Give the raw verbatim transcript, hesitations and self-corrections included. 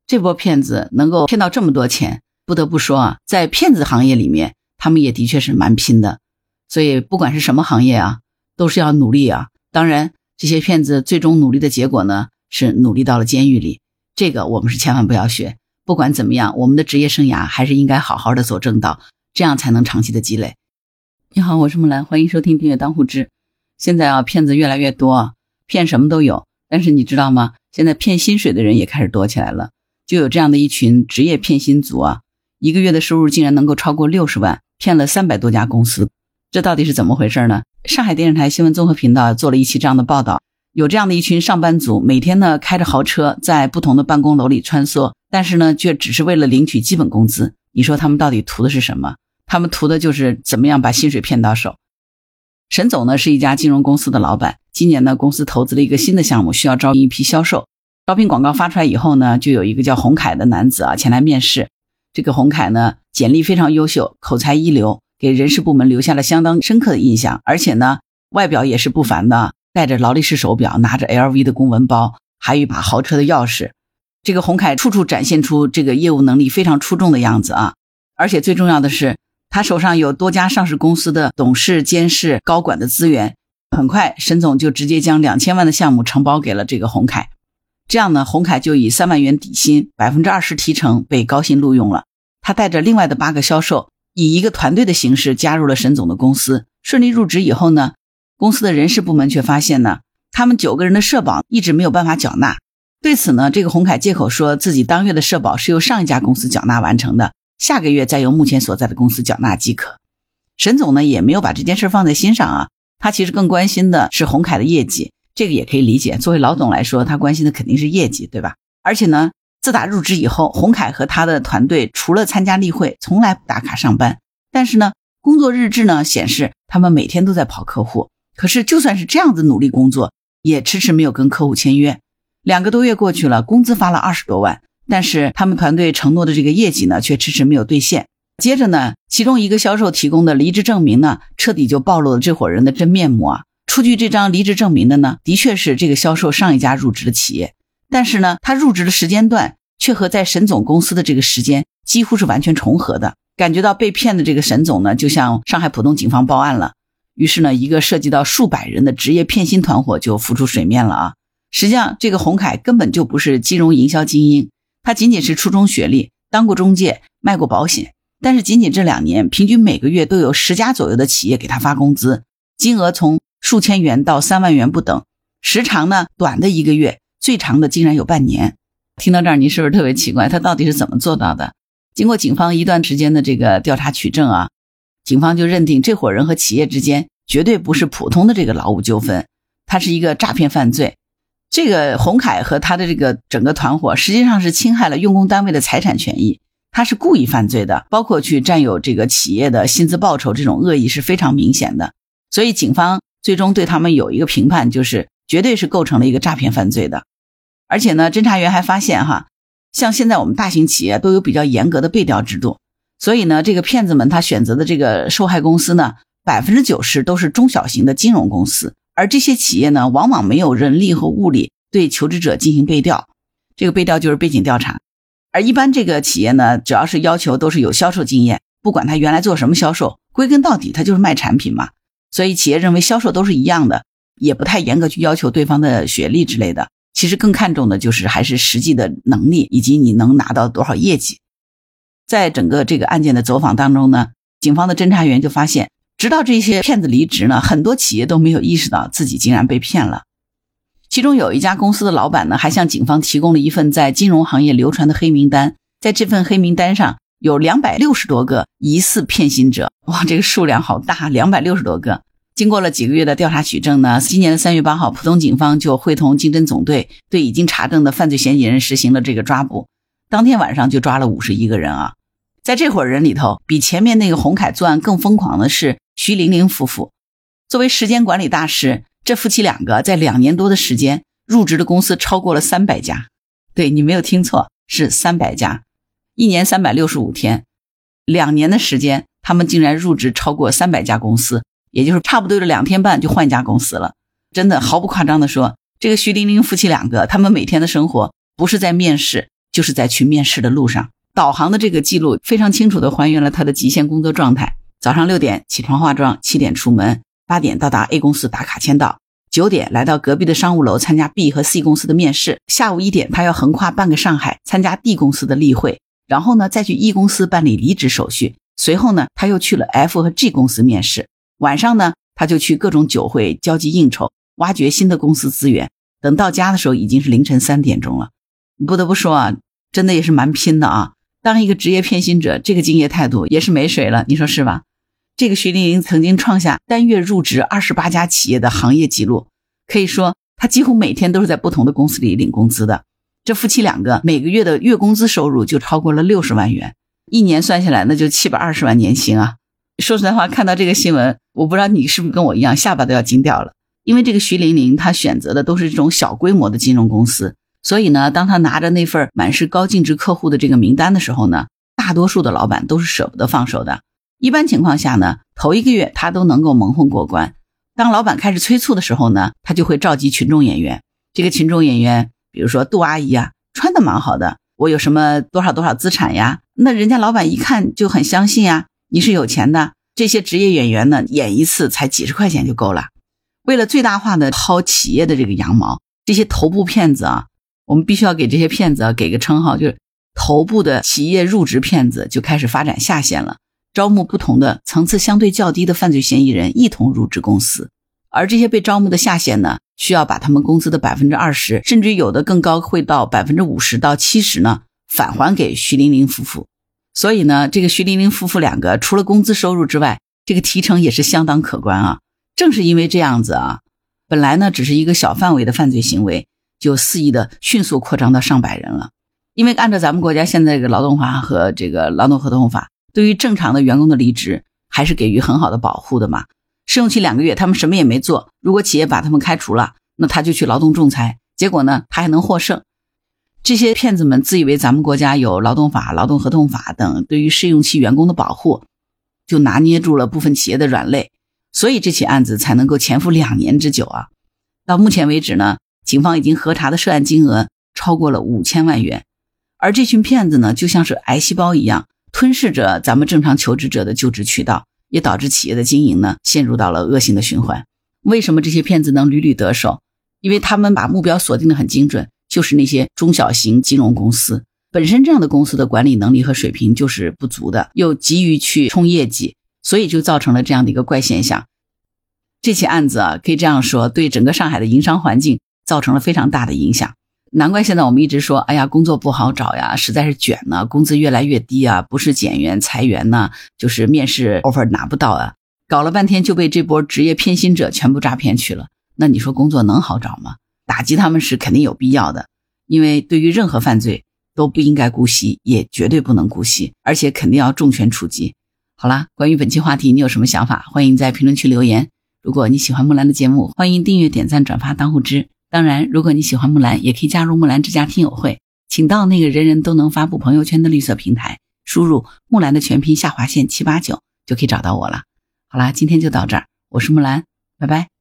这波骗子能够骗到这么多钱，不得不说啊，在骗子行业里面他们也的确是蛮拼的。所以不管是什么行业啊，都是要努力啊。当然这些骗子最终努力的结果呢，是努力到了监狱里，这个我们是千万不要学。不管怎么样，我们的职业生涯还是应该好好的走正道，这样才能长期的积累。你好，我是木兰，欢迎收听订阅当户知。现在啊，骗子越来越多啊，骗什么都有。但是你知道吗？现在骗薪水的人也开始多起来了。就有这样的一群职业骗薪族啊，一个月的收入竟然能够超过六十万，骗了三百多家公司。这到底是怎么回事呢？上海电视台新闻综合频道做了一期这样的报道，有这样的一群上班族，每天呢开着豪车在不同的办公楼里穿梭，但是呢却只是为了领取基本工资。你说他们到底图的是什么？他们图的就是怎么样把薪水骗到手。沈总呢是一家金融公司的老板，今年呢公司投资了一个新的项目，需要招一批销售。招聘广告发出来以后呢，就有一个叫洪凯的男子啊前来面试。这个洪凯呢简历非常优秀，口才一流，给人事部门留下了相当深刻的印象，而且呢外表也是不凡的，戴着劳力士手表，拿着 L V 的公文包，还有一把豪车的钥匙。这个洪凯处处展现出这个业务能力非常出众的样子啊，而且最重要的是他手上有多家上市公司的董事、监事、高管的资源。很快沈总就直接将两千万的项目承包给了这个洪凯。这样呢，洪凯就以三万元底薪 百分之二十 提成被高薪录用了。他带着另外的八个销售，以一个团队的形式加入了沈总的公司。顺利入职以后呢，公司的人事部门却发现呢，他们九个人的社保一直没有办法缴纳。对此呢，这个洪凯借口说自己当月的社保是由上一家公司缴纳完成的，下个月再由目前所在的公司缴纳即可。沈总呢也没有把这件事放在心上啊，他其实更关心的是洪凯的业绩，这个也可以理解，作为老总来说，他关心的肯定是业绩，对吧？而且呢，自打入职以后，洪凯和他的团队除了参加例会，从来不打卡上班。但是呢，工作日志呢显示他们每天都在跑客户。可是就算是这样子努力工作，也迟迟没有跟客户签约。两个多月过去了，工资发了二十多万，但是他们团队承诺的这个业绩呢，却迟迟没有兑现。接着呢，其中一个销售提供的离职证明呢，彻底就暴露了这伙人的真面目啊。出具这张离职证明的呢，的确是这个销售上一家入职的企业，但是呢，他入职的时间段却和在沈总公司的这个时间几乎是完全重合的。感觉到被骗的这个沈总呢，就向上海浦东警方报案了。于是呢，一个涉及到数百人的职业骗薪团伙就浮出水面了啊。实际上，这个洪凯根本就不是金融营销精英，他仅仅是初中学历，当过中介，卖过保险。但是仅仅这两年，平均每个月都有十家左右的企业给他发工资，金额从数千元到三万元不等，时长呢短的一个月，最长的竟然有半年。听到这儿，你是不是特别奇怪，他到底是怎么做到的？经过警方一段时间的这个调查取证啊，警方就认定这伙人和企业之间绝对不是普通的这个劳务纠纷，它是一个诈骗犯罪。这个洪凯和他的这个整个团伙实际上是侵害了用工单位的财产权益，他是故意犯罪的，包括去占有这个企业的薪资报酬，这种恶意是非常明显的。所以警方最终对他们有一个评判，就是绝对是构成了一个诈骗犯罪的。而且呢，侦查员还发现哈，像现在我们大型企业都有比较严格的背调制度，所以呢，这个骗子们他选择的这个受害公司呢 百分之九十 都是中小型的金融公司，而这些企业呢往往没有人力和物力对求职者进行背调，这个背调就是背景调查。而一般这个企业呢，只要是要求都是有销售经验，不管他原来做什么销售，归根到底他就是卖产品嘛，所以企业认为销售都是一样的，也不太严格去要求对方的学历之类的，其实更看重的就是还是实际的能力以及你能拿到多少业绩。在整个这个案件的走访当中呢，警方的侦查员就发现，直到这些骗子离职呢，很多企业都没有意识到自己竟然被骗了。其中有一家公司的老板呢，还向警方提供了一份在金融行业流传的黑名单，在这份黑名单上有两百六十多个疑似骗薪者，哇，这个数量好大，两百六十多个。经过了几个月的调查取证呢，今年的三月八号，浦东警方就会同经侦总队对已经查证的犯罪嫌疑人实行了这个抓捕。当天晚上就抓了五十一个人啊。在这伙人里头，比前面那个洪凯作案更疯狂的是徐玲玲夫妇。作为时间管理大师，这夫妻两个在两年多的时间入职的公司超过了三百家。对，你没有听错，是三百家。一年三百六十五天，两年的时间他们竟然入职超过三百家公司，也就是差不多的两天半就换一家公司了。真的毫不夸张的说，这个徐玲玲夫妻两个他们每天的生活不是在面试， 就是在去面试的路上。导航的这个记录非常清楚地还原了他的极限工作状态。早上六点起床化妆，七点出门，八点到达 A 公司打卡签到，九点来到隔壁的商务楼参加 B 和 C 公司的面试，下午一点他要横跨半个上海参加 D 公司的例会，然后呢再去 E 公司办理离职手续，随后呢他又去了 F 和 G 公司面试，晚上呢他就去各种酒会交际应酬，挖掘新的公司资源，等到家的时候已经是凌晨三点钟了。不得不说啊，真的也是蛮拼的啊，当一个职业偏心者，这个敬业态度也是没谁了，你说是吧？这个徐玲玲曾经创下单月入职二十八家企业的行业纪录，可以说她几乎每天都是在不同的公司里领工资的。这夫妻两个每个月的月工资收入就超过了六十万元，一年算下来那就七百二十万年薪啊！说实在话，看到这个新闻，我不知道你是不是跟我一样下巴都要惊掉了。因为这个徐玲玲她选择的都是这种小规模的金融公司，所以呢，当她拿着那份满是高净值客户的这个名单的时候呢，大多数的老板都是舍不得放手的。一般情况下呢，头一个月他都能够蒙混过关。当老板开始催促的时候呢，他就会召集群众演员。这个群众演员，比如说杜阿姨啊，穿得蛮好的，我有什么多少多少资产呀，那人家老板一看就很相信啊，你是有钱的。这些职业演员呢，演一次才几十块钱就够了。为了最大化的薅企业的这个羊毛，这些头部骗子啊，我们必须要给这些骗子啊给个称号，就是头部的企业入职骗子就开始发展下线了。招募不同的层次相对较低的犯罪嫌疑人一同入职公司，而这些被招募的下线呢，需要把他们工资的 百分之二十， 甚至有的更高会到 百分之五十 到 七十 呢返还给徐玲玲夫妇。所以呢，这个徐玲玲夫妇两个除了工资收入之外，这个提成也是相当可观啊。正是因为这样子啊，本来呢只是一个小范围的犯罪行为，就肆意的迅速扩张到上百人了。因为按照咱们国家现在这个劳动法和这个劳动合同法，对于正常的员工的离职还是给予很好的保护的嘛。试用期两个月他们什么也没做，如果企业把他们开除了，那他就去劳动仲裁，结果呢他还能获胜。这些骗子们自以为咱们国家有劳动法、劳动合同法等对于试用期员工的保护，就拿捏住了部分企业的软肋，所以这起案子才能够潜伏两年之久啊。到目前为止呢，警方已经核查的涉案金额超过了五千万元，而这群骗子呢，就像是癌细胞一样吞噬着咱们正常求职者的就职渠道，也导致企业的经营呢陷入到了恶性的循环。为什么这些骗子能屡屡得手？因为他们把目标锁定得很精准，就是那些中小型金融公司。本身这样的公司的管理能力和水平就是不足的，又急于去冲业绩，所以就造成了这样的一个怪现象。这起案子啊，可以这样说，对整个上海的营商环境造成了非常大的影响。难怪现在我们一直说，哎呀，工作不好找呀，实在是卷呢，工资越来越低啊，不是减员裁员呢，就是面试 offer 拿不到啊，搞了半天就被这波职业偏心者全部诈骗去了。那你说工作能好找吗？打击他们是肯定有必要的，因为对于任何犯罪都不应该姑息，也绝对不能姑息，而且肯定要重拳出击。好啦，关于本期话题你有什么想法，欢迎在评论区留言。如果你喜欢木兰的节目，欢迎订阅、点赞、转发当护知。当然，如果你喜欢木兰，也可以加入木兰之家听友会，请到那个人人都能发布朋友圈的绿色平台，输入木兰的全拼下划线七八九就可以找到我了。好啦，今天就到这儿，我是木兰，拜拜。